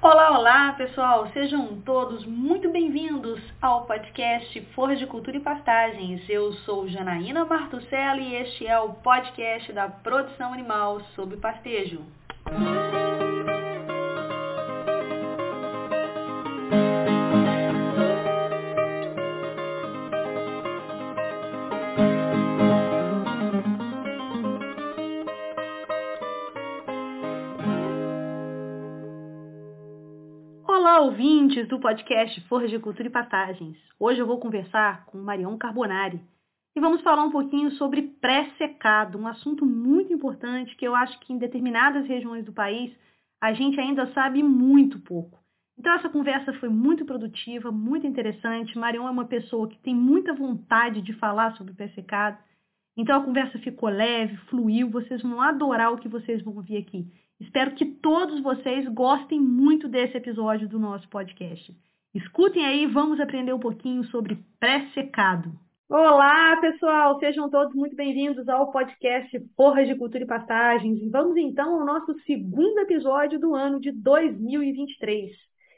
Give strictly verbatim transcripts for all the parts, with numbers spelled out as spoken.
Olá, olá, pessoal! Sejam todos muito bem-vindos ao podcast Forja de Cultura e Pastagens. Eu sou Janaína Martuccelli e este é o podcast da produção animal sob pastejo. Olá, ouvintes do podcast Forja de Cultura e Pastagens. Hoje eu vou conversar com o Marion Carbonari e vamos falar um pouquinho sobre pré-secado, um assunto muito importante que eu acho que em determinadas regiões do país a gente ainda sabe muito pouco. Então essa conversa foi muito produtiva, muito interessante. Marion é uma pessoa que tem muita vontade de falar sobre pré-secado. Então a conversa ficou leve, fluiu, vocês vão adorar o que vocês vão ouvir aqui. Espero que todos vocês gostem muito desse episódio do nosso podcast. Escutem aí, vamos aprender um pouquinho sobre pré-secado. Olá, pessoal! Sejam todos muito bem-vindos ao podcast Forra de Cultura e Pastagens. E vamos então ao nosso segundo episódio do ano de dois mil e vinte e três.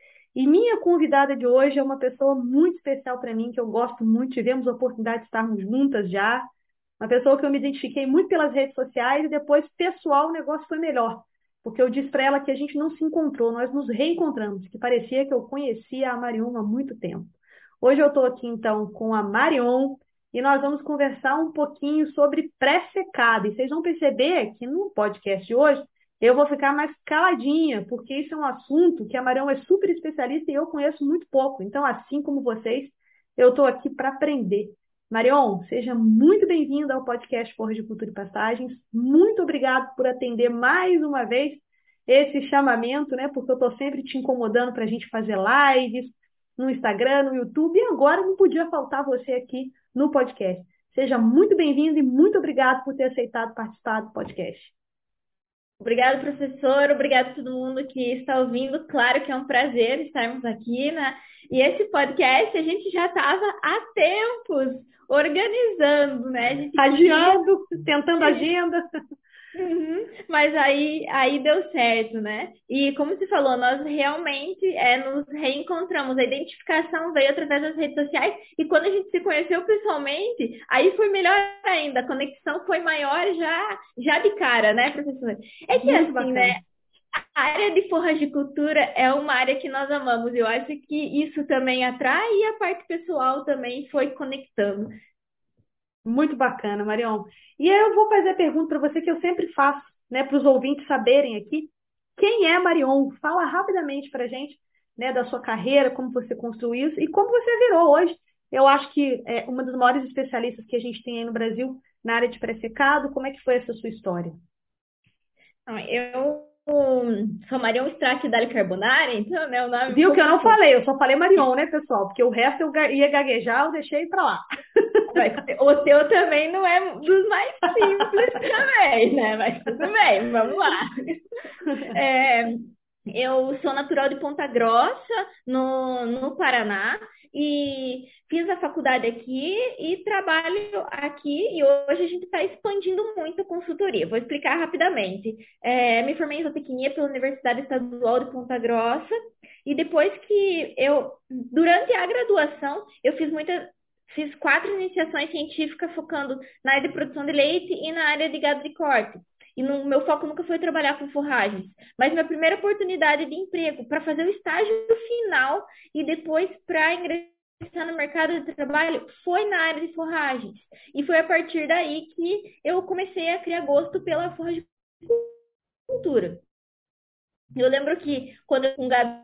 E minha convidada de hoje é uma pessoa muito especial para mim, que eu gosto muito. Tivemos a oportunidade de estarmos juntas já. Uma pessoa que eu me identifiquei muito pelas redes sociais e depois, pessoal, o negócio foi melhor. Porque eu disse para ela que a gente não se encontrou, nós nos reencontramos, que parecia que eu conhecia a Marion há muito tempo. Hoje eu estou aqui, então, com a Marion e nós vamos conversar um pouquinho sobre pré-secado. E vocês vão perceber que no podcast de hoje eu vou ficar mais caladinha, porque isso é um assunto que a Marion é super especialista e eu conheço muito pouco. Então, assim como vocês, eu estou aqui para aprender. Marion, seja muito bem-vinda ao podcast Forra de Cultura e Pastagens. Muito obrigado por atender mais uma vez esse chamamento, né? Porque eu estou sempre te incomodando para a gente fazer lives no Instagram, no YouTube, e agora não podia faltar você aqui no podcast. Seja muito bem-vindo e muito obrigado por ter aceitado participar do podcast. Obrigado, professor. Obrigado a todo mundo que está ouvindo. Claro que é um prazer estarmos aqui, né? E esse podcast a gente já estava há tempos organizando, né? A gente queria. Adiando, tentando agenda. Uhum, mas aí, aí deu certo, né? E como você falou, nós realmente é, nos reencontramos. A identificação veio através das redes sociais e quando a gente se conheceu pessoalmente, aí foi melhor ainda. A conexão foi maior já, já de cara, né, professor? É que Muito assim, né? bacana. A área de forragicultura é uma área que nós amamos. Eu acho que isso também atrai e a parte pessoal também foi conectando. Muito bacana, Marion. E aí eu vou fazer a pergunta para você que eu sempre faço, né, para os ouvintes saberem aqui. Quem é Marion? Fala rapidamente para a gente, né, da sua carreira, como você construiu isso e como você virou hoje. Eu acho que é uma das maiores especialistas que a gente tem aí no Brasil na área de pré-secado. Como é que foi essa sua história? Então, eu sou Marion Stracchio Carbonari, então, né, o nome é um Viu que eu pouco não difícil. falei, eu só falei Marion, né, pessoal? Porque o resto eu ga- ia gaguejar, eu deixei para lá. Mas o teu também não é dos mais simples também, né? Mas tudo bem, vamos lá. É, eu sou natural de Ponta Grossa, no, no Paraná, e fiz a faculdade aqui e trabalho aqui. E hoje a gente está expandindo muito a consultoria. Vou explicar rapidamente. É, me formei em zootecnia pela Universidade Estadual de Ponta Grossa, e depois que eu, durante a graduação, eu fiz muita. Fiz quatro iniciações científicas focando na área de produção de leite e na área de gado de corte. E no, meu foco nunca foi trabalhar com forragens. Mas minha primeira oportunidade de emprego para fazer o estágio final e depois para ingressar no mercado de trabalho foi na área de forragens. E foi a partir daí que eu comecei a criar gosto pela forragicultura. Eu lembro que quando eu com gado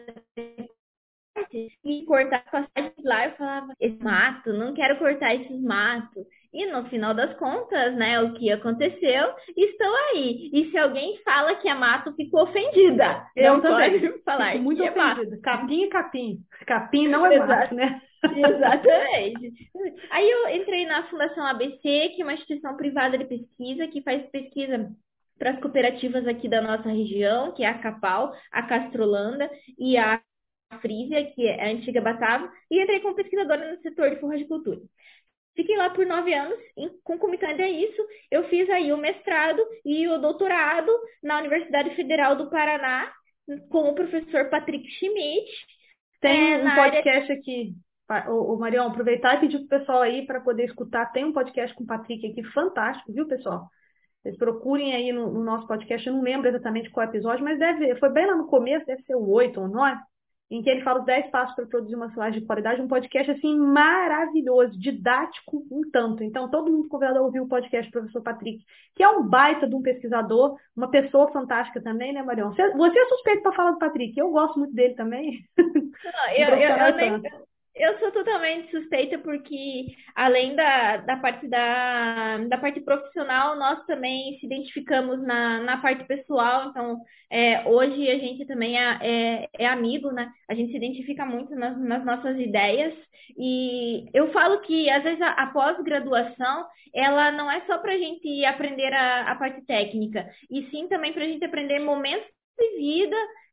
e cortar passagens lá, eu falava, esse mato, não quero cortar esses matos. E no final das contas, né, o que aconteceu, estou aí. E se alguém fala que é mato, fico ofendida. Eu Não também. pode Fico falar muito que é mato. ofendida. Capim é capim. Capim não é mato, Exato, né? exatamente. Aí eu entrei na Fundação A B C, que é uma instituição privada de pesquisa, que faz pesquisa para as cooperativas aqui da nossa região, que é a Capal, a Castrolanda e a Frisia, que é a antiga Batavo, e entrei como pesquisadora no setor de forragicultura. Fiquei lá por nove anos, em, concomitante a isso, eu fiz aí o mestrado e o doutorado na Universidade Federal do Paraná, com o professor Patrick Schmidt, Tem é, um um na área. podcast aqui. Pa- Ô, ô, Marião, aproveitar e pedir pro pessoal aí para poder escutar. Tem um podcast com o Patrick aqui, fantástico, viu, pessoal? Vocês procurem aí no, no nosso podcast, eu não lembro exatamente qual episódio, mas deve, foi bem lá no começo, deve ser o oito ou nove, em que ele fala os dez passos para produzir uma silagem de qualidade, um podcast assim maravilhoso, didático um tanto. Então, todo mundo convidado a ouvir o podcast do professor Patrick, que é um baita de um pesquisador, uma pessoa fantástica também, né, Marião? Você, você é suspeito para falar do Patrick, eu gosto muito dele também, Não, um eu, eu, profissional eu e nem tanto. eu sou totalmente suspeita porque além da, da parte da, da parte profissional, nós também se identificamos na, na parte pessoal. Então, é, hoje a gente também é, é, é amigo, né? A gente se identifica muito nas, nas nossas ideias. E eu falo que às vezes a, a pós-graduação ela não é só para a gente aprender a, a parte técnica, e sim também para a gente aprender momentos de vida,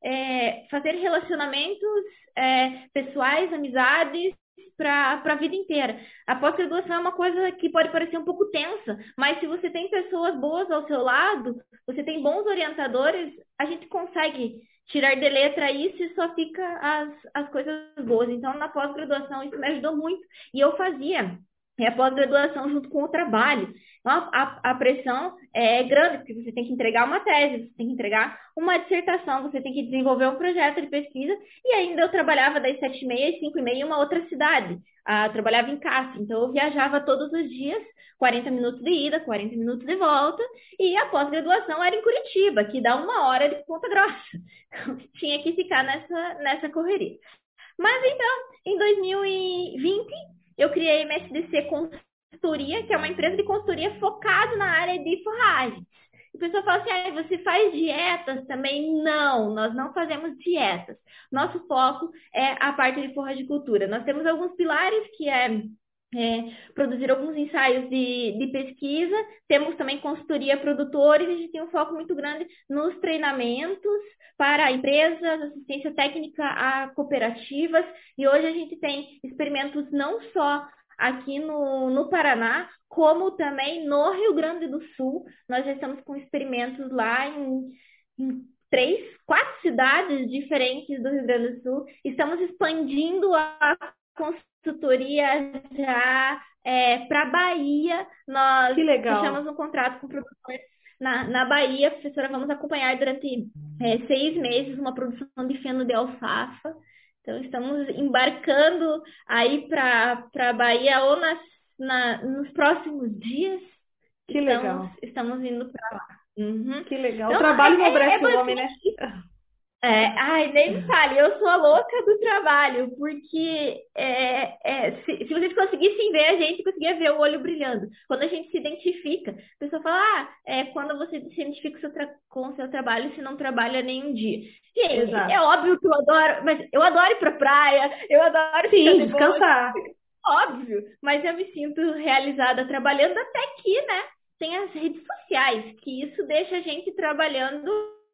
é, fazer relacionamentos é, pessoais, amizades para a vida inteira. A pós-graduação é uma coisa que pode parecer um pouco tensa, mas se você tem pessoas boas ao seu lado, você tem bons orientadores, a gente consegue tirar de letra isso e só fica as, as coisas boas. Então, na pós-graduação, isso me ajudou muito. E eu fazia é a pós-graduação junto com o trabalho. Então, a, a, a pressão é grande, porque você tem que entregar uma tese, você tem que entregar uma dissertação, você tem que desenvolver um projeto de pesquisa, e ainda eu trabalhava das sete e meia às cinco e meia em uma outra cidade. Ah, eu trabalhava em Cássio, então eu viajava todos os dias, quarenta minutos de ida, quarenta minutos de volta, e a pós-graduação era em Curitiba, que dá uma hora de Ponta Grossa. Então, tinha que ficar nessa, nessa correria. Mas então, em dois mil e vinte, eu criei a M S D C Consultoria, que é uma empresa de consultoria focada na área de forragens. O pessoal fala assim, ah, você faz dietas também? Não, nós não fazemos dietas. Nosso foco é a parte de forragicultura. Nós temos alguns pilares que é, é produzir alguns ensaios de, de pesquisa, temos também consultoria a produtores, e a gente tem um foco muito grande nos treinamentos para empresas, assistência técnica a cooperativas, e hoje a gente tem experimentos não só aqui no, no Paraná, como também no Rio Grande do Sul. Nós já estamos com experimentos lá em, em três, quatro cidades diferentes do Rio Grande do Sul. Estamos expandindo a consultoria já é, para a Bahia. Nós Que legal, fechamos um contrato com produtores na, na Bahia. Professora, vamos acompanhar durante é, seis meses uma produção de feno de alfafa. Então, estamos embarcando aí para a Bahia ou nas, na, nos próximos dias. que Estamos, legal, estamos indo para lá. Uhum. que legal. O Então, trabalho é, é, enobrece é o homem, né? basicamente é, ai, nem me fale, eu sou a louca do trabalho, porque é, é, se, se vocês conseguissem ver a gente, conseguia ver o olho brilhando. Quando a gente se identifica, a pessoa fala, ah, é quando você se identifica com o seu tra- com o seu trabalho, se não trabalha nem um dia. Gente, é Exato. óbvio que eu adoro, mas eu adoro ir pra praia, eu adoro ficar Sim, de boa, descansar. óbvio, mas eu me sinto realizada trabalhando até aqui, né? Tem as redes sociais, que isso deixa a gente trabalhando.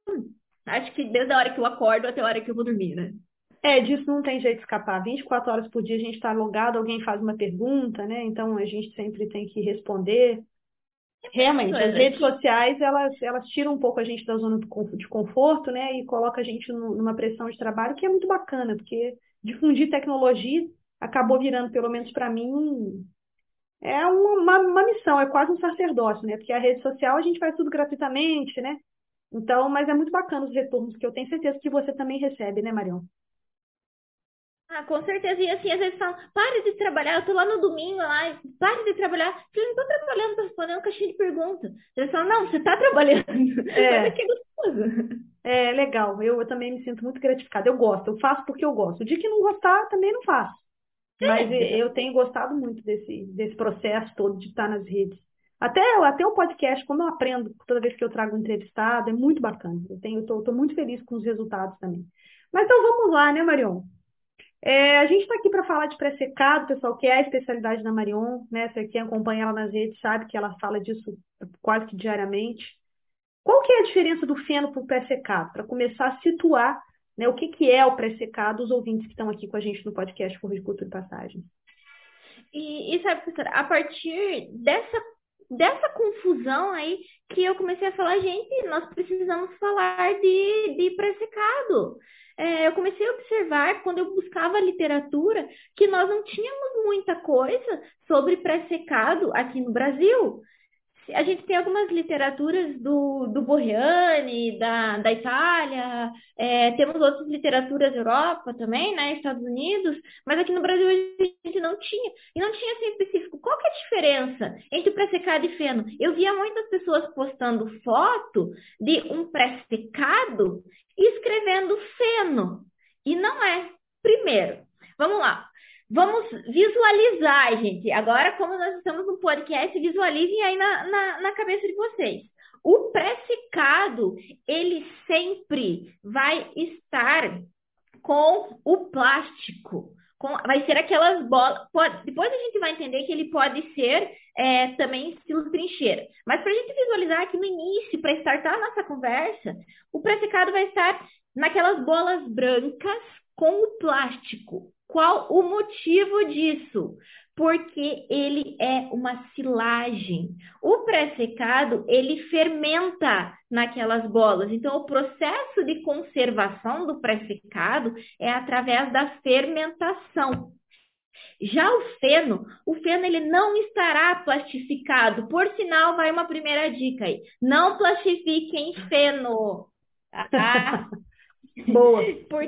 Acho que desde a hora que eu acordo até a hora que eu vou dormir, né? É, disso não tem jeito de escapar. vinte e quatro horas por dia a gente está logado, alguém faz uma pergunta, né? Então a gente sempre tem que responder. Isso Realmente, é, as redes gente. sociais, elas, elas tiram um pouco a gente da zona do conf- de conforto, né? E coloca a gente nu- numa pressão de trabalho que é muito bacana, porque difundir tecnologia acabou virando, pelo menos para mim, é uma, uma missão, é quase um sacerdócio, né? Porque a rede social a gente faz tudo gratuitamente, né? Então, mas é muito bacana os retornos que eu tenho certeza que você também recebe, né, Marion? Ah, com certeza. E assim, às vezes falam, pare de trabalhar, eu tô lá no domingo, lá, e pare de trabalhar. Eu não tô trabalhando, tô respondendo caixinha de pergunta. Eles falam, não, você tá trabalhando, mas É, aqui é gostoso. é legal. Eu, eu também me sinto muito gratificada. Eu gosto, eu faço porque eu gosto. O dia que não gostar, também não faço. Mas É, e- eu exato. tenho gostado muito desse, desse processo todo de estar nas redes. Até, até o podcast, como eu aprendo toda vez que eu trago um entrevistado, é muito bacana. Eu tenho, eu tô, tô muito feliz com os resultados também. Mas então vamos lá, né, Marion? É, a gente está aqui para falar de pré-secado, pessoal, que é a especialidade da Marion, né? Você quem acompanha ela nas redes sabe que ela fala disso quase que diariamente. Qual que é a diferença do feno para o pré-secado? Para começar a situar, né, o que, que é o pré-secado, os ouvintes que estão aqui com a gente no podcast Floricultura e Passagens. E, e sabe, professora, a partir dessa dessa confusão aí que eu comecei a falar, gente, nós precisamos falar de, de pré-secado. É, eu comecei a observar, quando eu buscava literatura, que nós não tínhamos muita coisa sobre pré-secado aqui no Brasil. A gente tem algumas literaturas do, do Borriani, da, da Itália, é, temos outras literaturas Europa também, né, Estados Unidos, mas aqui no Brasil a gente não tinha. E não tinha assim específico. Qual que é a diferença entre pré-secado e feno? Eu via muitas pessoas postando foto de um pré-secado e escrevendo feno. E não é. Primeiro, vamos lá. Vamos visualizar, gente. Agora, como nós estamos no podcast, visualizem aí na, na, na cabeça de vocês. O pré-secado, ele sempre vai estar com o plástico. Com, vai ser aquelas bolas. Pode, depois a gente vai entender que ele pode ser é, também estilo trincheira. Mas para a gente visualizar aqui no início, para startar a nossa conversa, o pré-secado vai estar naquelas bolas brancas com o plástico. Qual o motivo disso? Porque ele é uma silagem. O pré-secado, ele fermenta naquelas bolas. Então, o processo de conservação do pré-secado é através da fermentação. Já o feno, o feno ele não estará plastificado. Por sinal, vai uma primeira dica aí. Não plastifiquem feno, tá? Boa. Por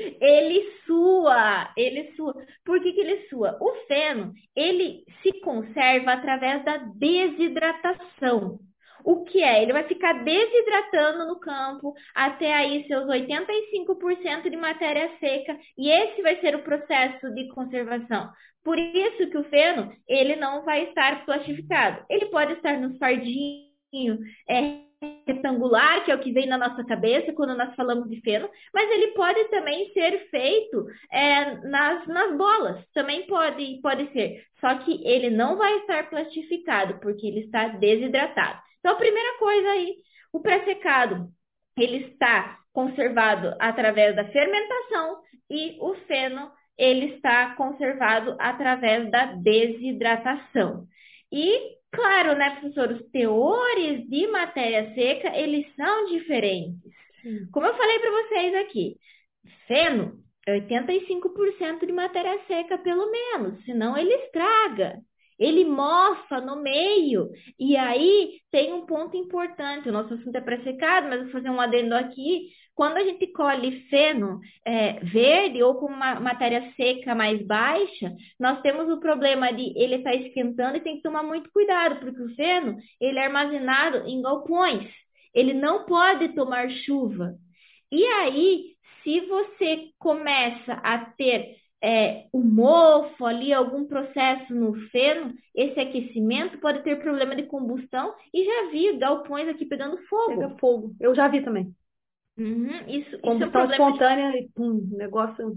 ele sua, ele sua. Por que que ele sua? O feno, ele se conserva através da desidratação. O que é? Ele vai ficar desidratando no campo até aí seus oitenta e cinco por cento de matéria seca, e esse vai ser o processo de conservação. Por isso que o feno, ele não vai estar plastificado. Ele pode estar nos fardinhos, é, retangular, que é o que vem na nossa cabeça quando nós falamos de feno, mas ele pode também ser feito é, nas, nas bolas, também pode, pode ser, só que ele não vai estar plastificado, porque ele está desidratado. Então, a primeira coisa aí, o pré-secado, ele está conservado através da fermentação e o feno, ele está conservado através da desidratação. E claro, né, professor, os teores de matéria seca, eles são diferentes. Sim. Como eu falei para vocês aqui, feno é oitenta e cinco por cento de matéria seca, pelo menos, senão ele estraga. Ele mofa no meio. E aí tem um ponto importante. O nosso assunto é pré-secado, mas vou fazer um adendo aqui. Quando a gente colhe feno é, verde ou com uma matéria seca mais baixa, nós temos o problema de ele estar esquentando e tem que tomar muito cuidado, porque o feno ele é armazenado em galpões. Ele não pode tomar chuva. E aí, se você começa a ter é, um mofo ali, algum processo no feno, esse aquecimento pode ter problema de combustão e já vi galpões aqui pegando Pega fogo. fogo. Eu já vi também. Uhum, isso, isso é um Combustão problema. espontânea e pum, negócio.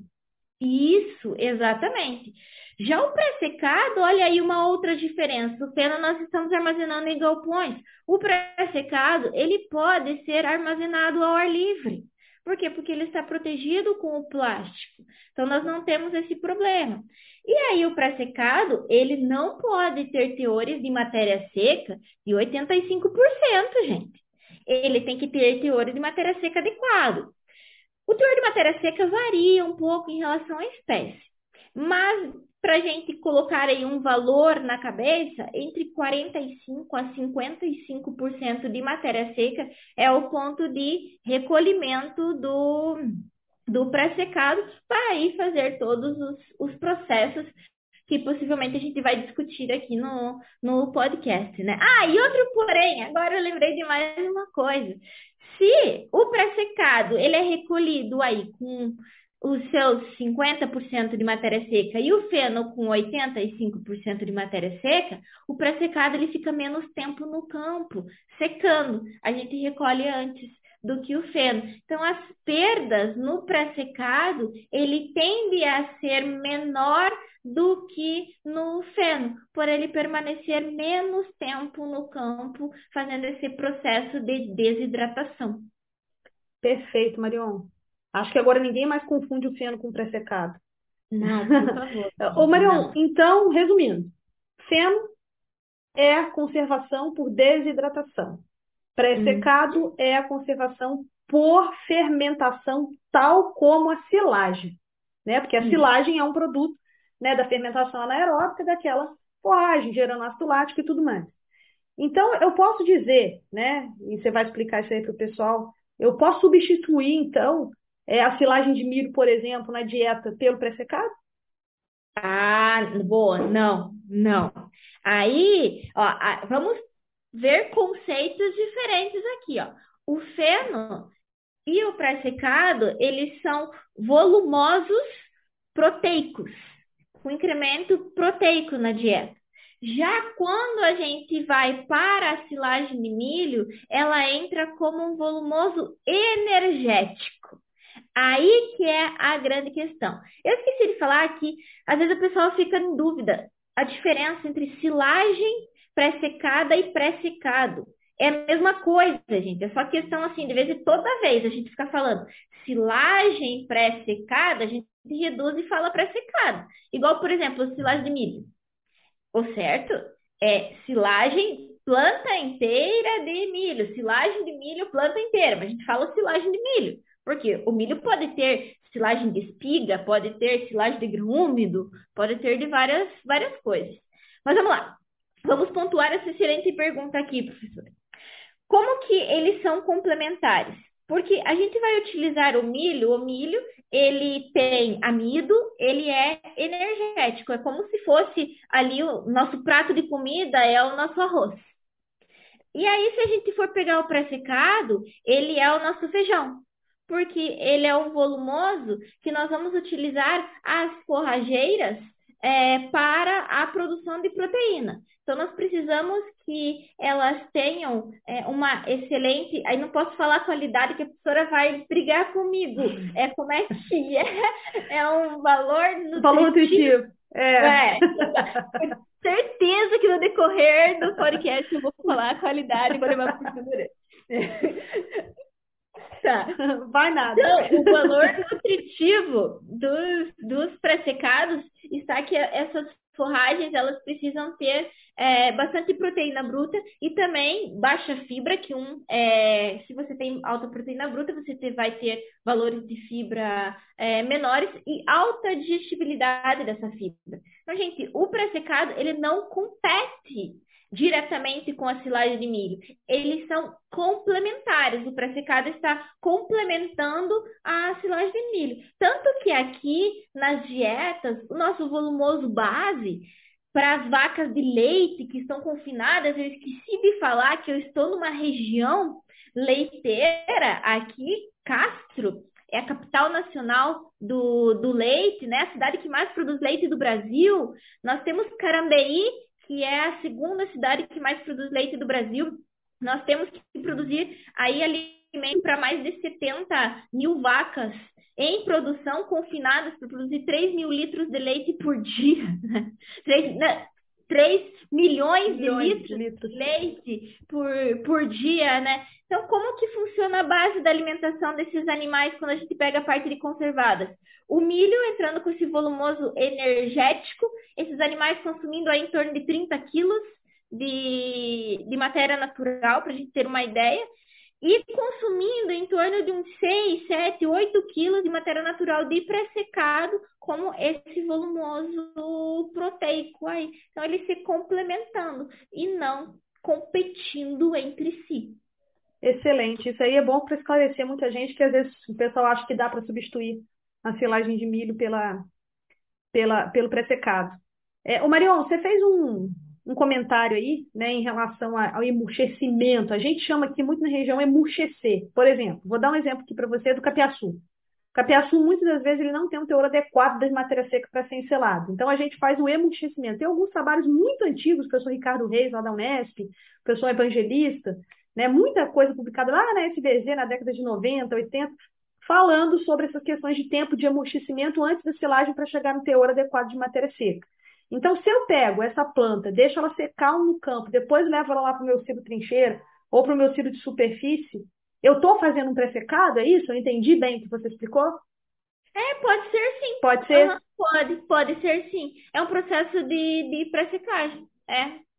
Isso, exatamente. Já o pré-secado, olha aí uma outra diferença. O feno nós estamos armazenando em galpões. O pré-secado, ele pode ser armazenado ao ar livre. Por quê? Porque ele está protegido com o plástico. Então, nós não temos esse problema. E aí, o pré-secado, ele não pode ter teores de matéria seca de oitenta e cinco por cento, gente. Ele tem que ter teores de matéria seca adequado. O teor de matéria seca varia um pouco em relação à espécie, mas para a gente colocar aí um valor na cabeça, entre quarenta e cinco a cinquenta e cinco por cento de matéria seca é o ponto de recolhimento do, do pré-secado para aí fazer todos os, os processos que possivelmente a gente vai discutir aqui no, no podcast, né? Ah, e outro porém, agora eu lembrei de mais uma coisa. Se o pré-secado ele é recolhido aí com os seus cinquenta por cento de matéria seca e o feno com oitenta e cinco por cento de matéria seca, o pré-secado ele fica menos tempo no campo, secando. A gente recolhe antes do que o feno. Então, as perdas no pré-secado, ele tende a ser menor do que no feno, por ele permanecer menos tempo no campo, fazendo esse processo de desidratação. Perfeito, Marion. Acho que agora ninguém mais confunde o feno com o pré-secado. Não, por favor, Ô, gente, Marion, não. então, resumindo, feno é a conservação por desidratação. Hum, Pré-secado é a conservação por fermentação, tal como a silagem, né? Porque a hum. silagem é um produto, né, da fermentação anaeróbica daquela forragem, gerando ácido lático e tudo mais. Então, eu posso dizer, né, e você vai explicar isso aí para o pessoal, eu posso substituir, então, é, a silagem de milho, por exemplo, na dieta pelo pré-secado? Ah, boa. Não, não. Aí, ó, a- vamos ver conceitos diferentes aqui, ó. O feno e o pré-secado, eles são volumosos proteicos, com incremento proteico na dieta. Já quando a gente vai para a silagem de milho, ela entra como um volumoso energético. Aí que é a grande questão. Eu esqueci de falar que às vezes o pessoal fica em dúvida a diferença entre silagem pré-secada e pré-secado. É a mesma coisa, gente. É só questão assim, de vez em toda vez a gente fica falando silagem pré-secada, a gente reduz e fala pré-secada. Igual, por exemplo, silagem de milho. O certo é silagem planta inteira de milho, silagem de milho planta inteira, mas a gente fala silagem de milho, porque o milho pode ter silagem de espiga, pode ter silagem de grão úmido, pode ter de várias, várias coisas. Mas vamos lá, vamos pontuar essa excelente pergunta aqui, professora. Como que eles são complementares? Porque a gente vai utilizar o milho, o milho, ele tem amido, ele é energético, é como se fosse ali o nosso prato de comida, é o nosso arroz. E aí, se a gente for pegar o pré-secado, ele é o nosso feijão, porque ele é um volumoso que nós vamos utilizar as forrageiras é, para a produção de proteína. Então, nós precisamos que elas tenham é, uma excelente. Aí não posso falar qualidade, que a professora vai brigar comigo. É como é que é? É um valor Valor nutritivo. nutritivo. É. É, certeza que no decorrer do podcast eu vou falar a qualidade e vou levar por segura. Tá. Vai nada. Então, o valor nutritivo dos, dos pré-secados está que essas forragens elas precisam ter é, bastante proteína bruta e também baixa fibra, que um é, se você tem alta proteína bruta, você te- vai ter valores de fibra é, menores e alta digestibilidade dessa fibra. Então, gente, o pré-secado ele não compete diretamente com a silagem de milho. Eles são complementares. O pré-secado está complementando a silagem de milho. Tanto que aqui nas dietas, o nosso volumoso base para as vacas de leite que estão confinadas, eu esqueci de falar que eu estou numa região leiteira aqui, Castro, é a capital nacional do, do leite, né? A cidade que mais produz leite do Brasil. Nós temos Carambeí, que é a segunda cidade que mais produz leite do Brasil. Nós temos que produzir aí alimento para mais de setenta mil vacas em produção, confinadas para produzir três mil litros de leite por dia. Né? três, né? três milhões de Milhões de litros litros. de leite por, por dia, né? Então, como que funciona a base da alimentação desses animais quando a gente pega a parte de conservadas? O milho entrando com esse volumoso energético, esses animais consumindo aí em torno de trinta quilos de, de matéria natural, para a gente ter uma ideia, e consumindo em torno de uns seis, sete, oito quilos de matéria natural de pré-secado, como esse volumoso proteico aí. Então, eles se complementando e não competindo entre si. Excelente. Isso aí é bom para esclarecer muita gente que às vezes o pessoal acha que dá para substituir a silagem de milho pela, pela, pelo pré-secado. É, ô Marion, você fez um, um comentário aí, né, em relação a- ao emurchecimento. A gente chama aqui muito na região emurchecer. Por exemplo, vou dar um exemplo aqui para você do capiaçu. O capiaçu, muitas das vezes, ele não tem um teor adequado das matérias secas para ser enselado. Então, a gente faz o emurchecimento. Tem alguns trabalhos muito antigos, o professor Ricardo Reis, lá da Unesp, o professor evangelista, né, muita coisa publicada lá na S B Z, na década de noventa, oitenta, falando sobre essas questões de tempo de amortecimento antes da silagem para chegar no teor adequado de matéria seca. Então, se eu pego essa planta, deixo ela secar no campo, depois levo ela lá para o meu silo trincheira ou para o meu silo de superfície, eu estou fazendo um pré-secado, é isso? Eu entendi bem o que você explicou? É, pode ser sim. Pode ser? Aham, pode, pode ser sim. É um processo de, de pré-secagem. É.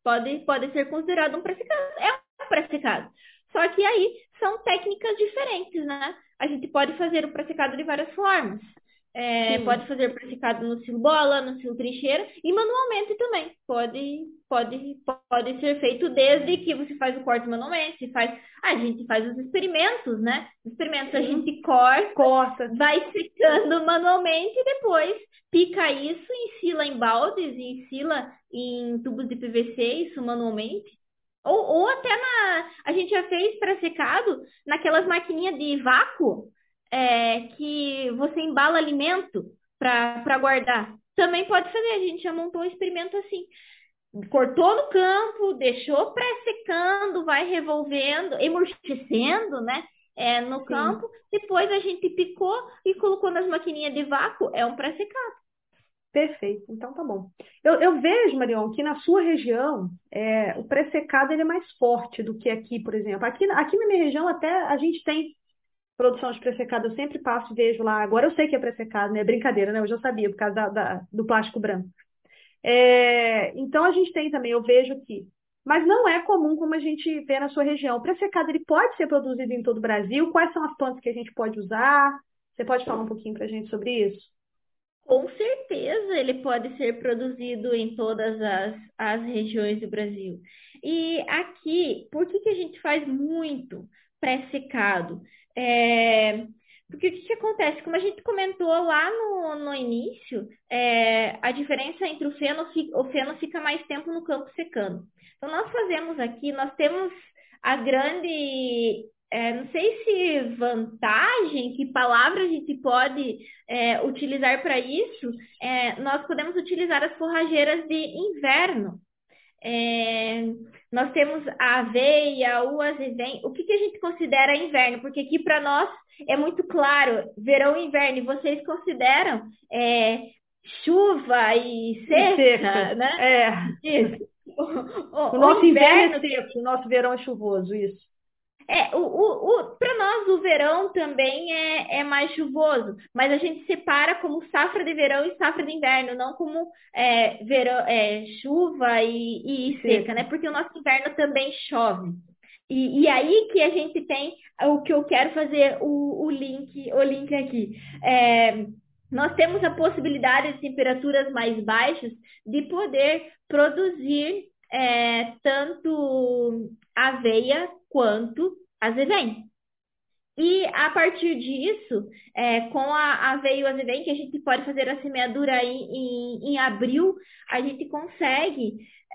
Pode, pode ser considerado um pré-secado. É um pré-secado. Só que aí são técnicas diferentes, né? A gente pode fazer o pré-secado de várias formas. É, pode Sim. fazer pré-secado no silo bola, no silo trincheira e manualmente também. Pode, pode, pode ser feito desde que você faz o corte manualmente, se faz, a gente faz os experimentos, né? Os experimentos a Sim. gente corta, Corta. vai secando manualmente e depois pica isso, ensila em baldes e ensila em tubos de P V C, isso manualmente. Ou, ou até na. A gente já fez pré-secado naquelas maquininhas de vácuo é, que você embala alimento para guardar. Também pode fazer, a gente já montou um experimento assim. Cortou no campo, deixou pré-secando, vai revolvendo, emurchecendo, né? É, no Sim. campo. Depois a gente picou e colocou nas maquininhas de vácuo. É um pré-secado. Perfeito, então tá bom. Eu, eu vejo, Marion, que na sua região é, o pré-secado ele é mais forte do que aqui, por exemplo. Aqui, aqui na minha região até a gente tem produção de pré-secado, eu sempre passo e vejo lá. Agora eu sei que é pré-secado, né? É brincadeira, né? Eu já sabia por causa da, da- do plástico branco. É, então a gente tem também, eu vejo aqui. Mas não é comum como a gente vê na sua região. O pré-secado ele pode ser produzido em todo o Brasil. Quais são as plantas que a gente pode usar? Você pode falar um pouquinho para a gente sobre isso? Com certeza ele pode ser produzido em todas as, as regiões do Brasil. E aqui, por que que a gente faz muito pré-secado? É, porque o que que acontece? Como a gente comentou lá no, no início, é, a diferença entre o feno, fi- o feno fica mais tempo no campo secando. Então, nós fazemos aqui, nós temos a grande, é, não sei se vantagem, que palavra a gente pode é, utilizar para isso, é, nós podemos utilizar as forrageiras de inverno. É, nós temos a aveia, o azevém. O que, que a gente considera inverno? Porque aqui para nós é muito claro, verão e inverno, e vocês consideram é, chuva e E seca. seca, né? É. Isso. O, O o, o nosso inverno é inverno seco, o nosso verão é chuvoso, isso. é, o, o, o, para nós o verão também é, é mais chuvoso, mas a gente separa como safra de verão e safra de inverno, não como é, verão, é, chuva e, e seca, Seca. né? Porque o nosso inverno também chove. E, e aí que a gente tem o que eu quero fazer o, o link, o link aqui. É, nós temos a possibilidade de temperaturas mais baixas de poder produzir é, tanto aveia quanto azevém. E a partir disso, é, com a aveia e o azevém, que a gente pode fazer a semeadura em, em, em abril, a gente consegue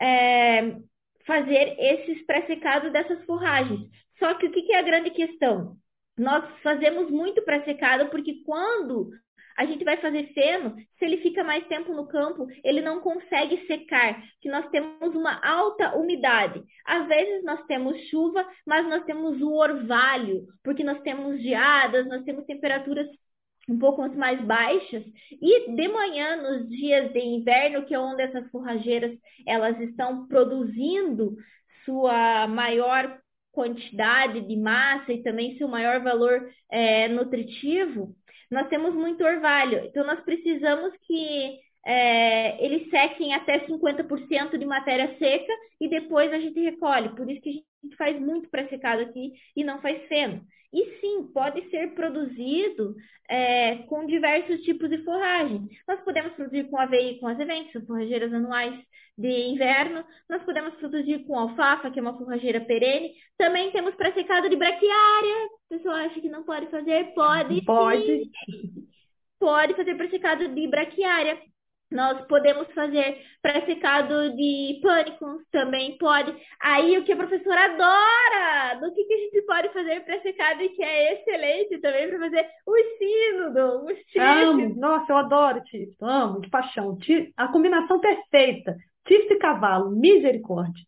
é, fazer esses pré-secados dessas forragens. Só que o que que é a grande questão? Nós fazemos muito pré-secado porque quando a gente vai fazer feno, se ele fica mais tempo no campo, ele não consegue secar, que nós temos uma alta umidade. Às vezes nós temos chuva, mas nós temos o orvalho, porque nós temos geadas, nós temos temperaturas um pouco mais baixas. E de manhã, nos dias de inverno, que é onde essas forrageiras elas estão produzindo sua maior quantidade de massa e também seu maior valor é, nutritivo, nós temos muito orvalho. Então, nós precisamos que é, eles sequem até cinquenta por cento de matéria seca e depois a gente recolhe. Por isso que a gente faz muito pré-secado aqui e não faz feno. E sim, pode ser produzido é, com diversos tipos de forragem. Nós podemos produzir com aveia e com azevém, que são forrageiras anuais de inverno. Nós podemos produzir com alfafa, que é uma forrageira perene. Também temos pré-secado de braquiária. O pessoal acha que não pode fazer? Pode sim, Pode. pode fazer pré-secado de braquiária. Nós podemos fazer pré-secado de pânicos, também pode. Aí o que a professora adora, do que, que a gente pode fazer pré-secado e que é excelente também para fazer o sínodo, os Amo. chifres. Nossa, eu adoro tips. Amo, de paixão. Ti- A combinação perfeita. Tips e cavalo. Misericórdia.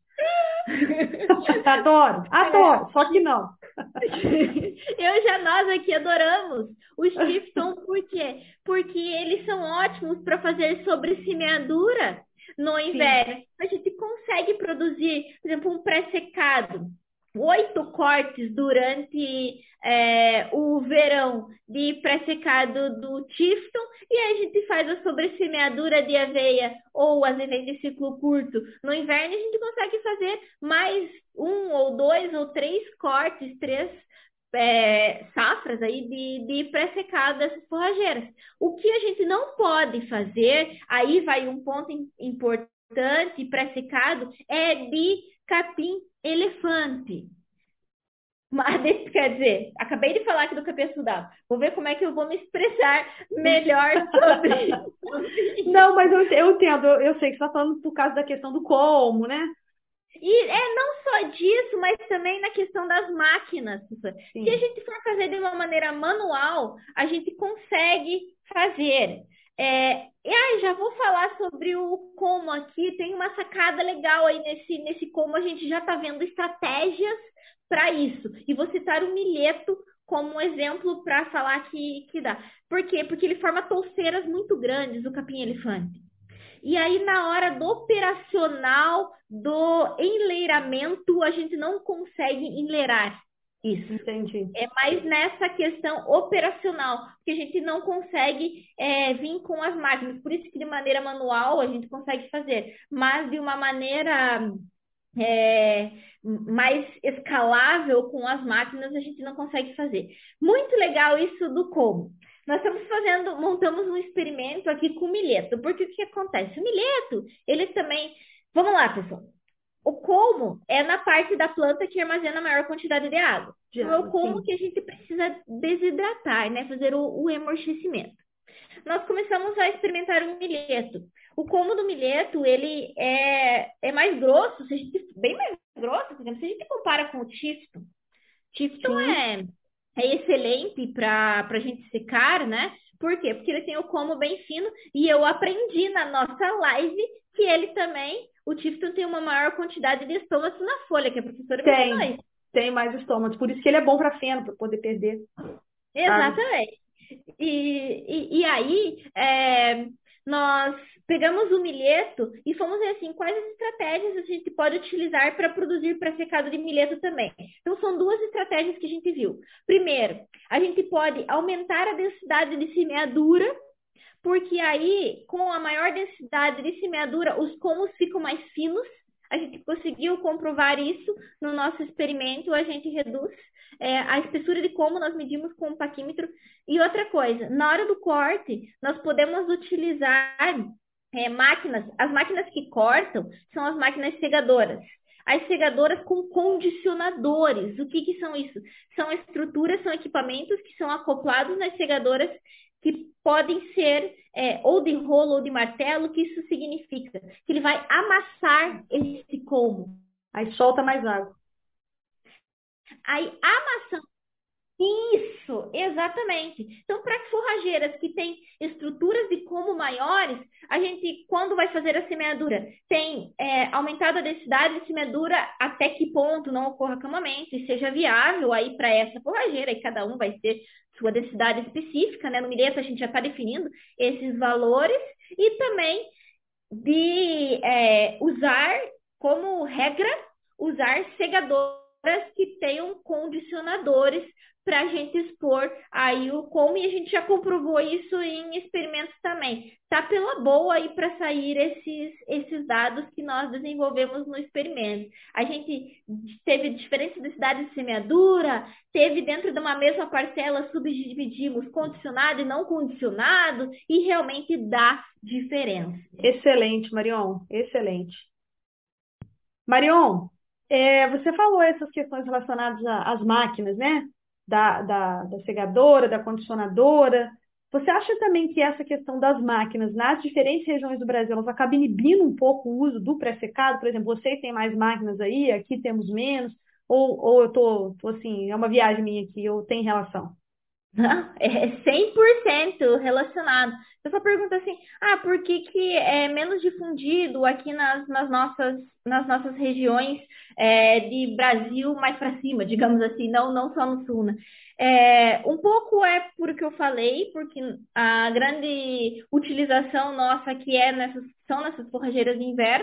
Adoro, adoro. Só que não. Eu já nós aqui adoramos os Tifton, por quê? Porque eles são ótimos para fazer sobre semeadura no Sim. inverno. A gente consegue produzir, por exemplo, um pré-secado. oito cortes durante é, o verão de pré-secado do Tifton e aí a gente faz a sobressemeadura de aveia ou as aveias de ciclo curto. No inverno a gente consegue fazer mais um ou dois ou três cortes, três é, safras aí de, de pré-secado dessas forrageiras. O que a gente não pode fazer, aí vai um ponto im- importante pré-secado, é de capim elefante. Mas, quer dizer, acabei de falar aqui do capim estudado. Vou ver como é que eu vou me expressar melhor sobre, sobre Não, isso. mas eu, eu entendo, eu, eu sei que você está falando por causa da questão do como, né? E é não só disso, mas também na questão das máquinas. Se a Sim, gente for fazer de uma maneira manual, a gente consegue fazer. É, e aí, já vou falar sobre o como aqui. Tem uma sacada legal aí nesse, nesse como a gente já está vendo estratégias para isso. E vou citar o milheto como um exemplo para falar que, que dá. Por quê? Porque ele forma touceiras muito grandes, o capim-elefante. E aí, na hora do operacional, do enleiramento, a gente não consegue enleirar isso. entendi. É mais nessa questão operacional, que a gente não consegue é, vir com as máquinas. Por isso que de maneira manual a gente consegue fazer, mas de uma maneira é, mais escalável com as máquinas a gente não consegue fazer. Muito legal isso do como. Nós estamos fazendo, montamos um experimento aqui com o milheto, porque o que acontece? O milheto, ele também. Vamos lá, pessoal. O colmo é na parte da planta que armazena a maior quantidade de água. De Então, é o água, colmo sim. que a gente precisa desidratar, né? Fazer o, o amortecimento. Nós começamos a experimentar o milheto. O como do milheto, ele é, é mais grosso, se a gente, bem mais grosso, por exemplo, se a gente compara com o Tifton. Tifton Sim. é, é excelente para a gente secar, né? Por quê? Porque ele tem o como bem fino e eu aprendi na nossa live que ele também, o Tifton tem uma maior quantidade de estômago na folha, que a professora me ensinou Tem. isso. Tem mais estômagos. Por isso que ele é bom para feno, para poder perder água. Exatamente. E, e, e aí, é, nós pegamos o milheto e fomos ver assim, quais as estratégias a gente pode utilizar para produzir pré-secado de milheto também. Então, são duas estratégias que a gente viu. Primeiro, a gente pode aumentar a densidade de semeadura, porque aí, com a maior densidade de semeadura, os comos ficam mais finos. A gente conseguiu comprovar isso no nosso experimento, a gente reduz é, a espessura de como nós medimos com o paquímetro. E outra coisa, na hora do corte, nós podemos utilizar é, máquinas, as máquinas que cortam são as máquinas segadoras. As segadoras com condicionadores. O que que são isso? São estruturas, são equipamentos que são acoplados nas segadoras que podem ser é, ou de rolo ou de martelo. O que isso significa? Que ele vai amassar esse colmo. Aí solta mais água. Aí, amassando isso, exatamente. Então, para forrageiras que têm estruturas de como maiores, a gente, quando vai fazer a semeadura, tem é, aumentado a densidade de semeadura até que ponto não ocorra acamamento e seja viável aí para essa forrageira, e cada um vai ter sua densidade específica, né? No milheto a gente já está definindo esses valores e também de é, usar como regra, usar segadoras que tenham condicionadores para a gente expor aí o como, e a gente já comprovou isso em experimentos também. Tá pela boa aí para sair esses, esses dados que nós desenvolvemos no experimento. A gente teve diferentes densidades de semeadura, teve dentro de uma mesma parcela, subdividimos condicionado e não condicionado, e realmente dá diferença. Excelente, Marion. Excelente. Marion, é, você falou essas questões relacionadas a- às máquinas, né? Da, da, da segadora, da condicionadora. Você acha também que essa questão das máquinas nas diferentes regiões do Brasil, elas acabam inibindo um pouco o uso do pré-secado? Por exemplo, vocês têm mais máquinas aí, aqui temos menos, ou, ou eu tô, tô assim, é uma viagem minha aqui, eu tenho relação. Não, é cem por cento relacionado. Eu só pergunto assim, ah, por que que é menos difundido aqui nas, nas nossas, nas nossas regiões é, de Brasil mais para cima, digamos assim, não, não só no sul, né? É, um pouco é por que eu falei, porque a grande utilização nossa aqui é nessas, são nessas forrageiras de inverno,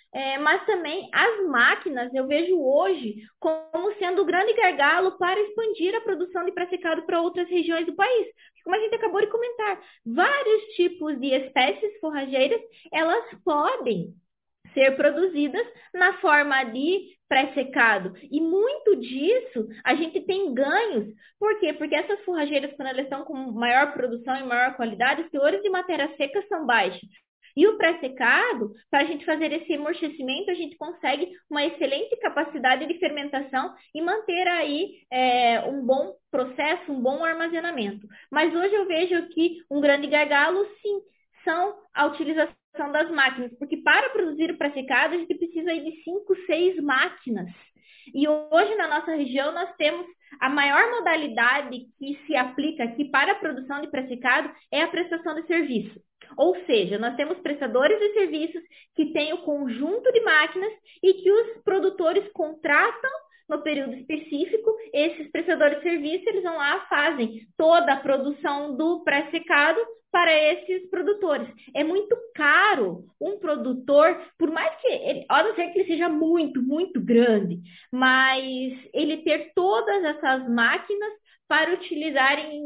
é, mas também as máquinas eu vejo hoje como sendo o grande gargalo para expandir a produção de pré-secado para outras regiões do país. Como a gente acabou de comentar, vários tipos de espécies forrageiras, elas podem ser produzidas na forma de pré-secado. E muito disso a gente tem ganhos. Por quê? Porque essas forrageiras, quando elas estão com maior produção e maior qualidade, os teores de matéria seca são baixos. E o pré-secado, para a gente fazer esse amortecimento, a gente consegue uma excelente capacidade de fermentação e manter aí é, um bom processo, um bom armazenamento. Mas hoje eu vejo que um grande gargalo, sim, são a utilização das máquinas, porque para produzir o pré-secado a gente precisa aí de cinco, seis máquinas. E hoje na nossa região nós temos a maior modalidade que se aplica aqui para a produção de pré-secado é a prestação de serviço. Ou seja, nós temos prestadores de serviços que têm o conjunto de máquinas e que os produtores contratam no período específico, esses prestadores de serviço, eles vão lá, fazem toda a produção do pré-secado para esses produtores. É muito caro um produtor, por mais que ele, a não ser que ele seja muito, muito grande, mas ele ter todas essas máquinas para utilizar em,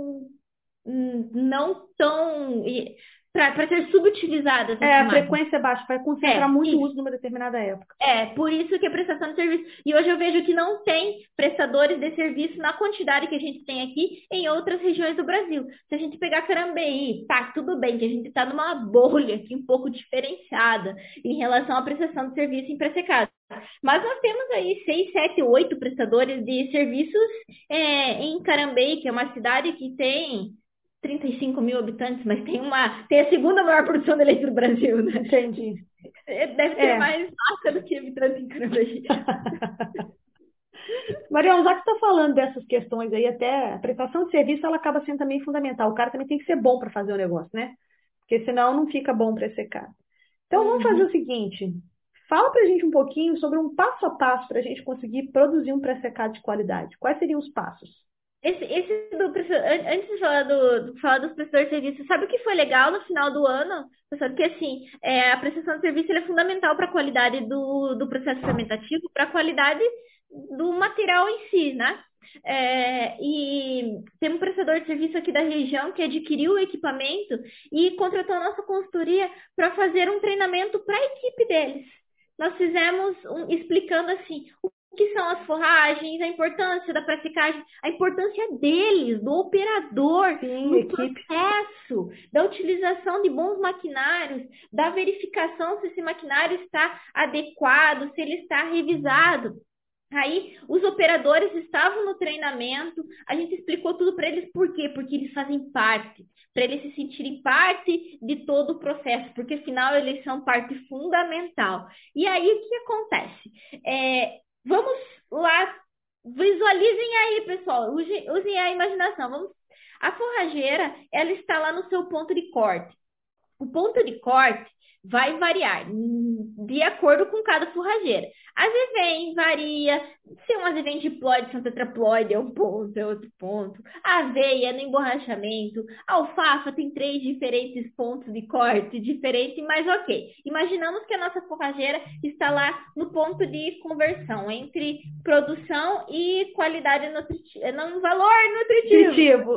em não tão para ser subutilizadas. É, a frequência é baixa, vai concentrar é, muito isso. uso numa determinada época. É, por isso que é prestação de serviço. E hoje eu vejo que não tem prestadores de serviço na quantidade que a gente tem aqui em outras regiões do Brasil. Se a gente pegar Carambeí, tá, tudo bem, que a gente está numa bolha aqui um pouco diferenciada em relação à prestação de serviço em pré-secado. Mas nós temos aí seis, sete, oito prestadores de serviços é, em Carambeí, que é uma cidade que tem trinta e cinco mil habitantes, mas tem uma tem a segunda maior produção de leite do Brasil, né? Entendi. Deve ter é. mais massa do que habitante em Carambeí. Mariana, já que você está falando dessas questões aí, até a prestação de serviço ela acaba sendo também fundamental. O cara também tem que ser bom para fazer o negócio, né? Porque senão não fica bom para secar. Então uhum. vamos fazer o seguinte: fala para a gente um pouquinho sobre um passo a passo para a gente conseguir produzir um pré-secado de qualidade. Quais seriam os passos? Esse, esse do, antes de falar, do, de falar dos prestadores de serviço, sabe o que foi legal no final do ano? Pessoal, que assim, é, a prestação de serviço é fundamental para a qualidade do, do processo fermentativo, para a qualidade do material em si, né? É, e tem um prestador de serviço aqui da região que adquiriu o equipamento e contratou a nossa consultoria para fazer um treinamento para a equipe deles. Nós fizemos um, explicando assim o que são as forragens, a importância da pré-secagem, a importância deles, do operador, Sim, no equipe. processo, da utilização de bons maquinários, da verificação se esse maquinário está adequado, se ele está revisado. Aí, os operadores estavam no treinamento, a gente explicou tudo para eles, por quê? Porque eles fazem parte, para eles se sentirem parte de todo o processo, porque afinal eles são parte fundamental. E aí, o que acontece? É, vamos lá, visualizem aí, pessoal, usem, usem a imaginação. Vamos, a forrageira, ela está lá no seu ponto de corte. O ponto de corte vai variar de acordo com cada forrageira. Azevém varia, se um azevém diploide, se um tetraploide é um ponto, é outro ponto. A aveia no emborrachamento, a alfafa tem três diferentes pontos de corte diferentes, mas ok. Imaginamos que a nossa forrageira está lá no ponto de conversão entre produção e qualidade nutritiva, não, valor nutritivo.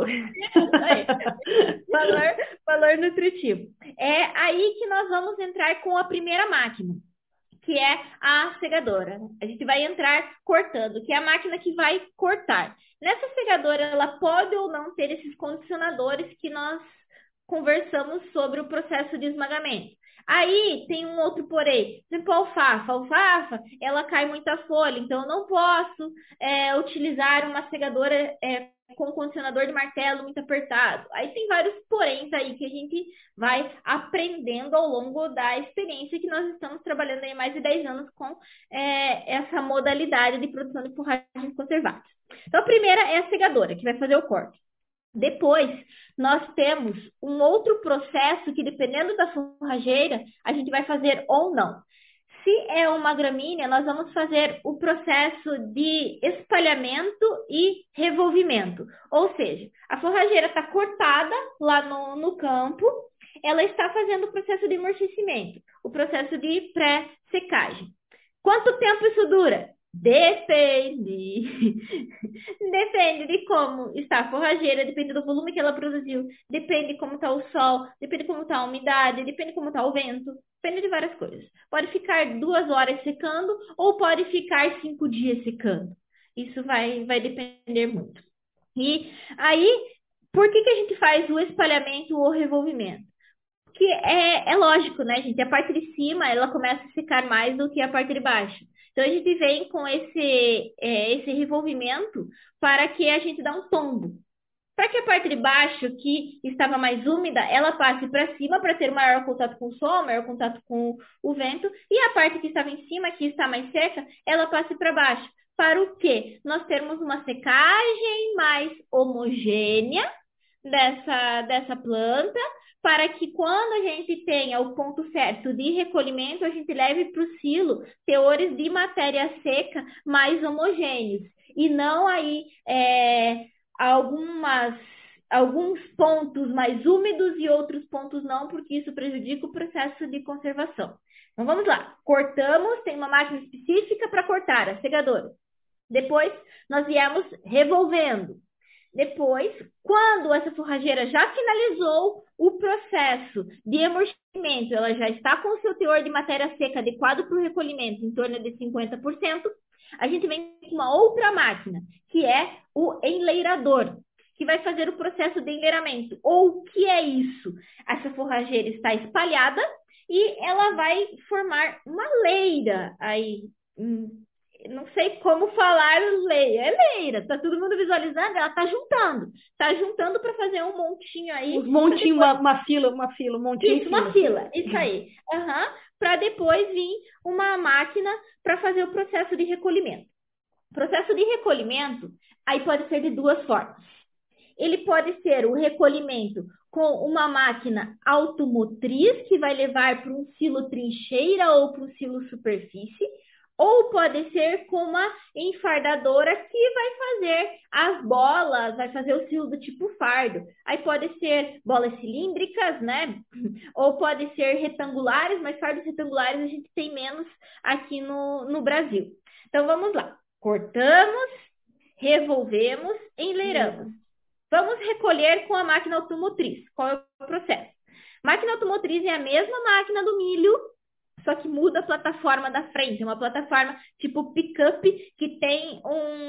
valor, valor nutritivo. É aí que nós vamos entrar com a primeira máquina, que é a segadora. A gente vai entrar cortando, que é a máquina que vai cortar. Nessa segadora, ela pode ou não ter esses condicionadores que nós conversamos sobre o processo de esmagamento. Aí tem um outro porém, por exemplo, a alfafa. A alfafa, ela cai muita folha, então eu não posso é, utilizar uma segadora é, com condicionador de martelo muito apertado. Aí tem vários poréns aí que a gente vai aprendendo ao longo da experiência que nós estamos trabalhando aí mais de dez anos com é, essa modalidade de produção de forragens conservadas. Então, a primeira é a segadora, que vai fazer o corte. Depois, nós temos um outro processo que, dependendo da forrageira, a gente vai fazer ou não. Se é uma gramínea, nós vamos fazer o processo de espalhamento e revolvimento. Ou seja, a forrageira está cortada lá no, no campo, ela está fazendo o processo de amortecimento, o processo de pré-secagem. Quanto tempo isso dura? Depende. Depende de como está a forrageira, depende do volume que ela produziu, depende de como está o sol, depende de como está a umidade, depende de como está o vento, depende de várias coisas. Pode ficar duas horas secando ou pode ficar cinco dias secando. Isso vai, vai depender muito. E aí, por que que a gente faz o espalhamento ou revolvimento? Que é, é lógico, né, gente? A parte de cima, ela começa a secar mais do que a parte de baixo. Então, a gente vem com esse, é, esse revolvimento para que a gente dá um tombo. Para que a parte de baixo, que estava mais úmida, ela passe para cima para ter maior contato com o sol, maior contato com o vento. E a parte que estava em cima, que está mais seca, ela passe para baixo. Para o quê? Nós termos uma secagem mais homogênea dessa, dessa planta, para que quando a gente tenha o ponto certo de recolhimento, a gente leve para o silo teores de matéria seca mais homogêneos. E não aí é, algumas, alguns pontos mais úmidos e outros pontos não, porque isso prejudica o processo de conservação. Então vamos lá. Cortamos, tem uma máquina específica para cortar, a segadora. Depois nós viemos revolvendo. Depois, quando essa forrageira já finalizou o processo de amortecimento, ela já está com o seu teor de matéria seca adequado para o recolhimento, em torno de cinquenta por cento, a gente vem com uma outra máquina, que é o enleirador, que vai fazer o processo de enleiramento. Ou o que é isso? Essa forrageira está espalhada e ela vai formar uma leira aí. Hum, não sei como falar leira. É leira, tá todo mundo visualizando? Ela tá juntando. Tá juntando para fazer um montinho aí. Um montinho, depois... uma, uma fila, uma fila, um montinho. Isso, uma fila. Isso aí. Uhum. Para depois vir uma máquina para fazer o processo de recolhimento. O processo de recolhimento aí pode ser de duas formas. Ele pode ser o recolhimento com uma máquina automotriz que vai levar para um silo trincheira ou para um silo superfície, ou pode ser com uma enfardadora que vai fazer as bolas, vai fazer o silo do tipo fardo. Aí pode ser bolas cilíndricas, né? Ou pode ser retangulares, mas fardos retangulares a gente tem menos aqui no, no Brasil. Então vamos lá. Cortamos, revolvemos, enleiramos. Vamos recolher com a máquina automotriz. Qual é o processo? Máquina automotriz é a mesma máquina do milho, só que muda a plataforma da frente. É uma plataforma tipo pick-up que tem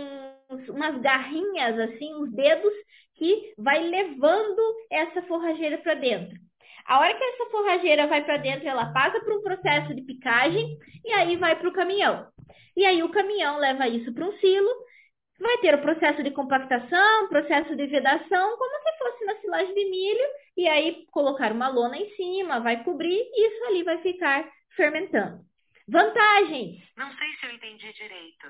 uns, umas garrinhas, assim, uns dedos, que vai levando essa forrageira para dentro. A hora que essa forrageira vai para dentro, ela passa por um processo de picagem e aí vai para o caminhão. E aí o caminhão leva isso para um silo, vai ter o processo de compactação, processo de vedação, como se fosse na silagem de milho, e aí colocar uma lona em cima, vai cobrir, e isso ali vai ficar fermentando. Vantagens. Não sei se eu entendi direito.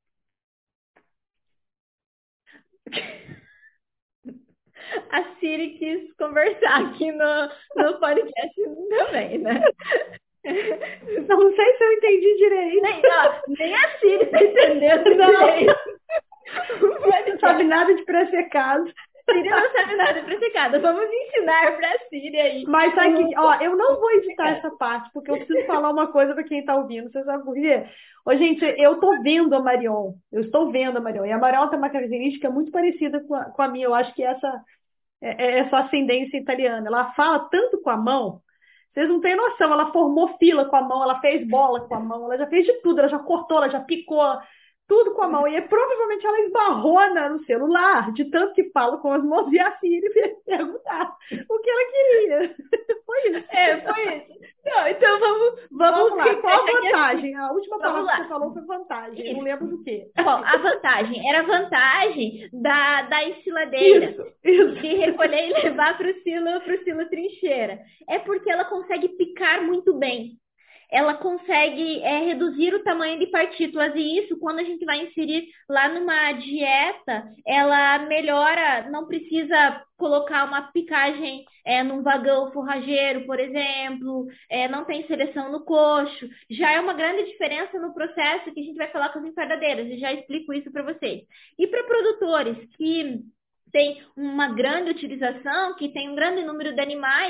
A Siri quis conversar aqui no, no podcast também, né? Não sei se eu entendi direito. Nem, ó, nem a Siri está entendendo direito. Não sabe nada de pré-secado. Siri não sabe nada de pré-secado. Vamos ensinar para a Siri aí. Mas aqui, ó, eu não vou editar essa parte, porque eu preciso falar uma coisa para quem está ouvindo. Você sabe por quê? Ô, gente, eu tô vendo a Marion. Eu estou vendo a Marion. E a Marion tem uma característica muito parecida com a, com a minha. Eu acho que essa é, é essa ascendência italiana. Ela fala tanto com a mão. Vocês não têm noção. Ela formou fila com a mão, ela fez bola com a mão, ela já fez de tudo. Ela já cortou, ela já picou. Tudo com a mão. E é, provavelmente ela esbarrou na, no celular, de tanto que fala com as mãos, e a Siri perguntar o que ela queria. Foi isso. É, foi isso. Não, então vamos, vamos, vamos lá. Qual a aqui, vantagem? A última vamos palavra lá. que você falou foi vantagem. Eu não lembro do quê. Bom, a vantagem era a vantagem da, da ensiladeira. Isso, isso. De recolher e levar para o silo, pro silo trincheira. É porque ela consegue picar muito bem. Ela consegue é, reduzir o tamanho de partículas, e isso, quando a gente vai inserir lá numa dieta, ela melhora, não precisa colocar uma picagem é, num vagão forrageiro, por exemplo, é, não tem seleção no coxo, já é uma grande diferença no processo que a gente vai falar com as enfardadeiras, e já explico isso para vocês. E para produtores que têm uma grande utilização, que tem um grande número de animais,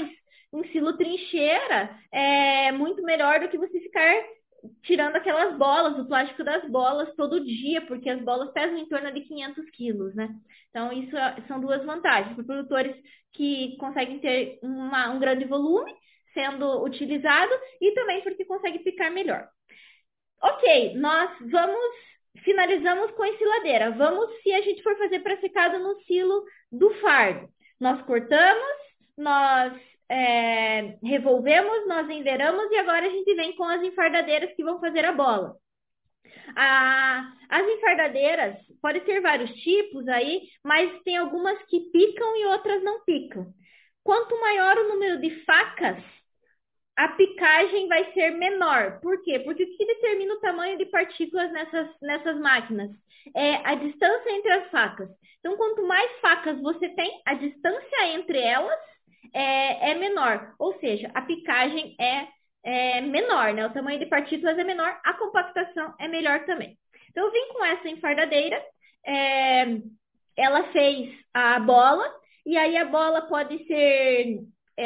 Um silo trincheira é muito melhor do que você ficar tirando aquelas bolas, o plástico das bolas todo dia, porque as bolas pesam em torno de quinhentos quilos, né? Então, isso é- são duas vantagens para produtores que conseguem ter uma- um grande volume sendo utilizado e também porque consegue picar melhor. Ok, nós vamos, finalizamos com a ensiladeira. Vamos, se a gente for fazer para secado no silo do fardo. Nós cortamos, nós é, revolvemos, nós enveramos e agora a gente vem com as enfardadeiras que vão fazer a bola. A- as enfardadeiras podem ter vários tipos aí, mas tem algumas que picam e outras não picam. Quanto maior o número de facas, a picagem vai ser menor. Por quê? Porque o que determina o tamanho de partículas nessas, nessas máquinas? É a distância entre as facas. Então, quanto mais facas você tem, a distância entre elas é, é menor. Ou seja, a picagem é, é menor, né? O tamanho de partículas é menor, a compactação é melhor também. Então, eu vim com essa enfardadeira, é, ela fez a bola, e aí a bola pode ser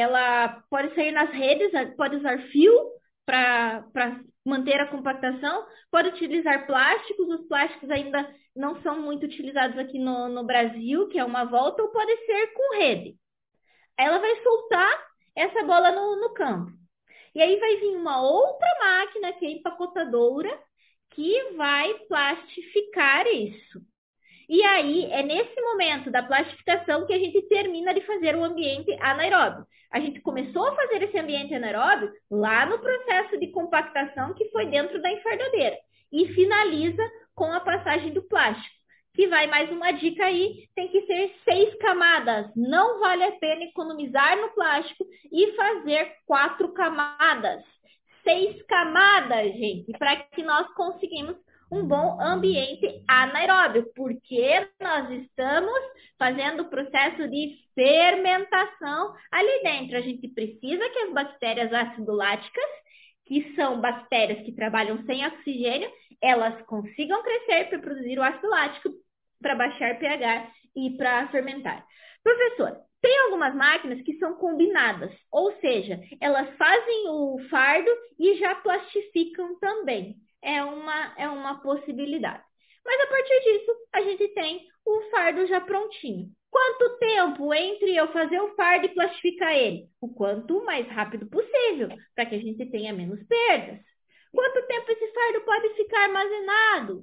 ela pode sair nas redes, pode usar fio para manter a compactação, pode utilizar plásticos, os plásticos ainda não são muito utilizados aqui no, no Brasil, que é uma volta, ou pode ser com rede. Ela vai soltar essa bola no, no campo. E aí vai vir uma outra máquina, que é empacotadora, que vai plastificar isso. E aí, é nesse momento da plastificação que a gente termina de fazer o ambiente anaeróbio. A gente começou a fazer esse ambiente anaeróbio lá no processo de compactação que foi dentro da enfardadeira. E finaliza com a passagem do plástico. Que vai mais uma dica aí, tem que ser seis camadas. Não vale a pena economizar no plástico e fazer quatro camadas. Seis camadas, gente, para que nós conseguimos um bom ambiente anaeróbio, porque nós estamos fazendo o processo de fermentação ali dentro. A gente precisa que as bactérias acidoláticas, que são bactérias que trabalham sem oxigênio, elas consigam crescer para produzir o ácido lático, para baixar pH e para fermentar. Professor, tem algumas máquinas que são combinadas, ou seja, elas fazem o fardo e já plastificam também. É uma, é uma possibilidade. Mas a partir disso, a gente tem o fardo já prontinho. Quanto tempo entre eu fazer o fardo e plastificar ele? O quanto mais rápido possível, para que a gente tenha menos perdas. Quanto tempo esse fardo pode ficar armazenado?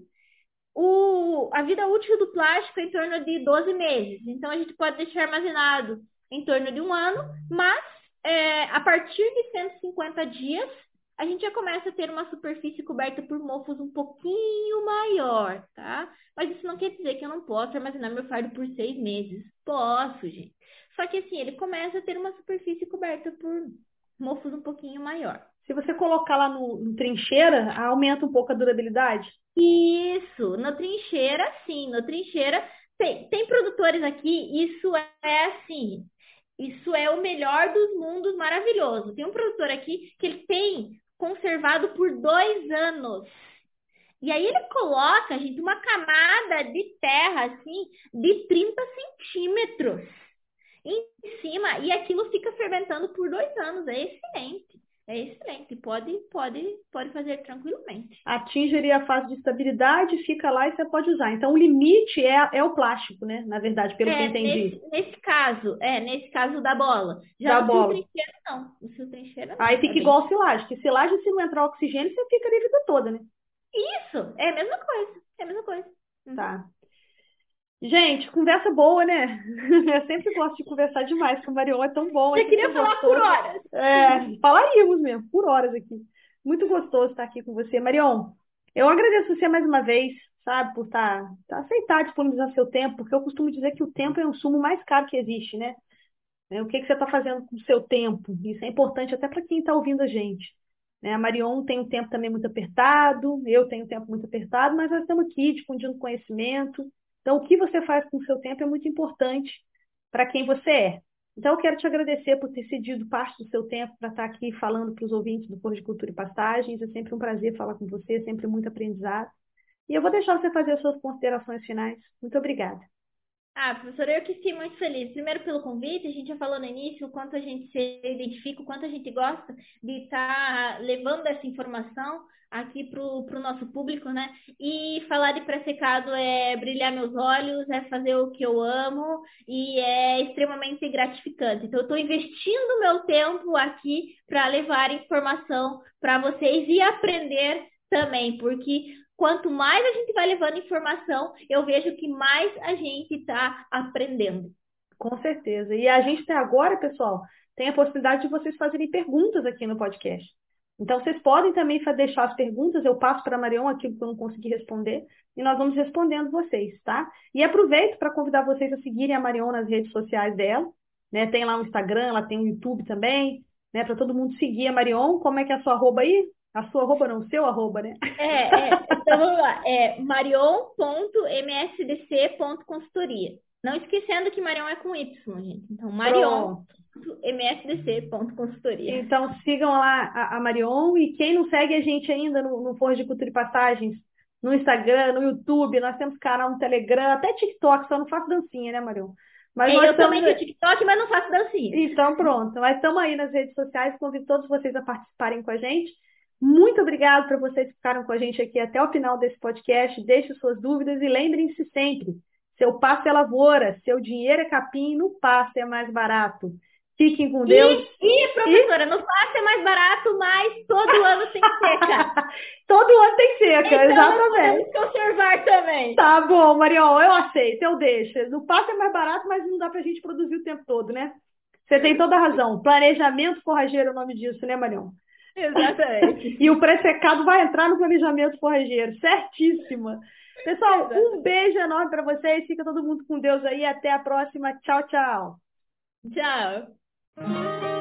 O, a vida útil do plástico é em torno de doze meses. Então, a gente pode deixar armazenado em torno de um ano, mas é, a partir de cento e cinquenta dias, a gente já começa a ter uma superfície coberta por mofos um pouquinho maior, tá? Mas isso não quer dizer que eu não posso armazenar meu fardo por seis meses. Posso, gente. Só que assim, ele começa a ter uma superfície coberta por mofos um pouquinho maior. Se você colocar lá no, no trincheira, aumenta um pouco a durabilidade. Isso, na trincheira, sim, na trincheira tem, tem produtores aqui, isso é assim, isso é o melhor dos mundos maravilhoso. Tem um produtor aqui que ele tem conservado por dois anos. E aí ele coloca, gente, uma camada de terra assim de trinta centímetros em cima e aquilo fica fermentando por dois anos. É excelente. É excelente. Pode, pode, pode fazer tranquilamente. Atinge ali a fase de estabilidade, fica lá e você pode usar. Então, o limite é, é o plástico, né? Na verdade, pelo que eu É, entendi. nesse, nesse caso, é, nesse caso da bola. Já Da no fio bola. trincheira, não. No fio trincheira, Aí não. É fica bem... igual a silagem, que silagem, se não entrar oxigênio, você fica ali a vida toda, né? Isso, é a mesma coisa. É a mesma coisa. Uhum. Tá. Gente, conversa boa, né? Eu sempre gosto de conversar demais com o Marion, é tão bom, é Já sempre queria tão falar por gostoso. horas. É, falaríamos mesmo, por horas aqui. Muito gostoso estar aqui com você. Marion, eu agradeço você mais uma vez, sabe, por estar, tá, aceitar disponibilizar seu tempo, porque eu costumo dizer que o tempo é o sumo mais caro que existe, né? É, o que que você está fazendo com o seu tempo? Isso é importante até para quem está ouvindo a gente. Né? A Marion tem um tempo também muito apertado, eu tenho um tempo muito apertado, mas nós estamos aqui difundindo conhecimento. Então, o que você faz com o seu tempo é muito importante para quem você é. Então, eu quero te agradecer por ter cedido parte do seu tempo para estar aqui falando para os ouvintes do Foro de Cultura e Pastagens. É sempre um prazer falar com você, é sempre muito aprendizado. E eu vou deixar você fazer as suas considerações finais. Muito obrigada. Ah, professora, eu que fiquei muito feliz. Primeiro pelo convite, a gente já falou no início o quanto a gente se identifica, o quanto a gente gosta de estar levando essa informação aqui para o nosso público, né? E falar de pré-secado é brilhar meus olhos, é fazer o que eu amo e é extremamente gratificante. Então, eu estou investindo meu tempo aqui para levar informação para vocês e aprender também, porque quanto mais a gente vai levando informação, eu vejo que mais a gente está aprendendo. Com certeza. E a gente até agora, pessoal, tem a possibilidade de vocês fazerem perguntas aqui no podcast. Então, vocês podem também fa- deixar as perguntas, eu passo para a Marion aquilo que eu não consegui responder, e nós vamos respondendo vocês, tá? E aproveito para convidar vocês a seguirem a Marion nas redes sociais dela, né? Tem lá o Instagram, ela tem o YouTube também, né? Para todo mundo seguir a Marion. Como é que é a sua arroba aí? A sua arroba não, o seu arroba, né? É, é, então vamos lá, é marion ponto m s d c ponto consultoria. Não esquecendo que Marion é com Y, gente. Então, marion Pronto. ponto m s d c ponto consultoria. Então sigam lá a, a Marion e quem não segue a gente ainda no, no Forja de Cultura e Passagens, no Instagram, no YouTube, nós temos canal no Telegram, até TikTok, só não faço dancinha, né, Marion? Mas É, nós eu também estamos. tenho TikTok, mas não faço dancinha. Então, pronto. Mas estamos aí nas redes sociais, convido todos vocês a participarem com a gente. Muito obrigado para vocês que ficaram com a gente aqui até o final desse podcast. Deixem suas dúvidas e lembrem-se sempre: seu passe é lavoura, seu dinheiro é capim, no passe é mais barato. Fiquem com Deus. E, e professora, no passe é mais barato, mas todo ano tem seca. Todo ano tem seca, Então, nós exatamente. podemos conservar também. Tá bom, Marion, eu aceito, eu deixo. No passe é mais barato, mas não dá pra gente produzir o tempo todo, né? Você tem toda a razão. Planejamento forrageiro é o nome disso, né, Marion? Exatamente. E o pré-secado vai entrar no planejamento forrageiro, certíssima. Pessoal, um beijo enorme para vocês. Fica todo mundo com Deus aí. Até a próxima. Tchau, tchau. Tchau.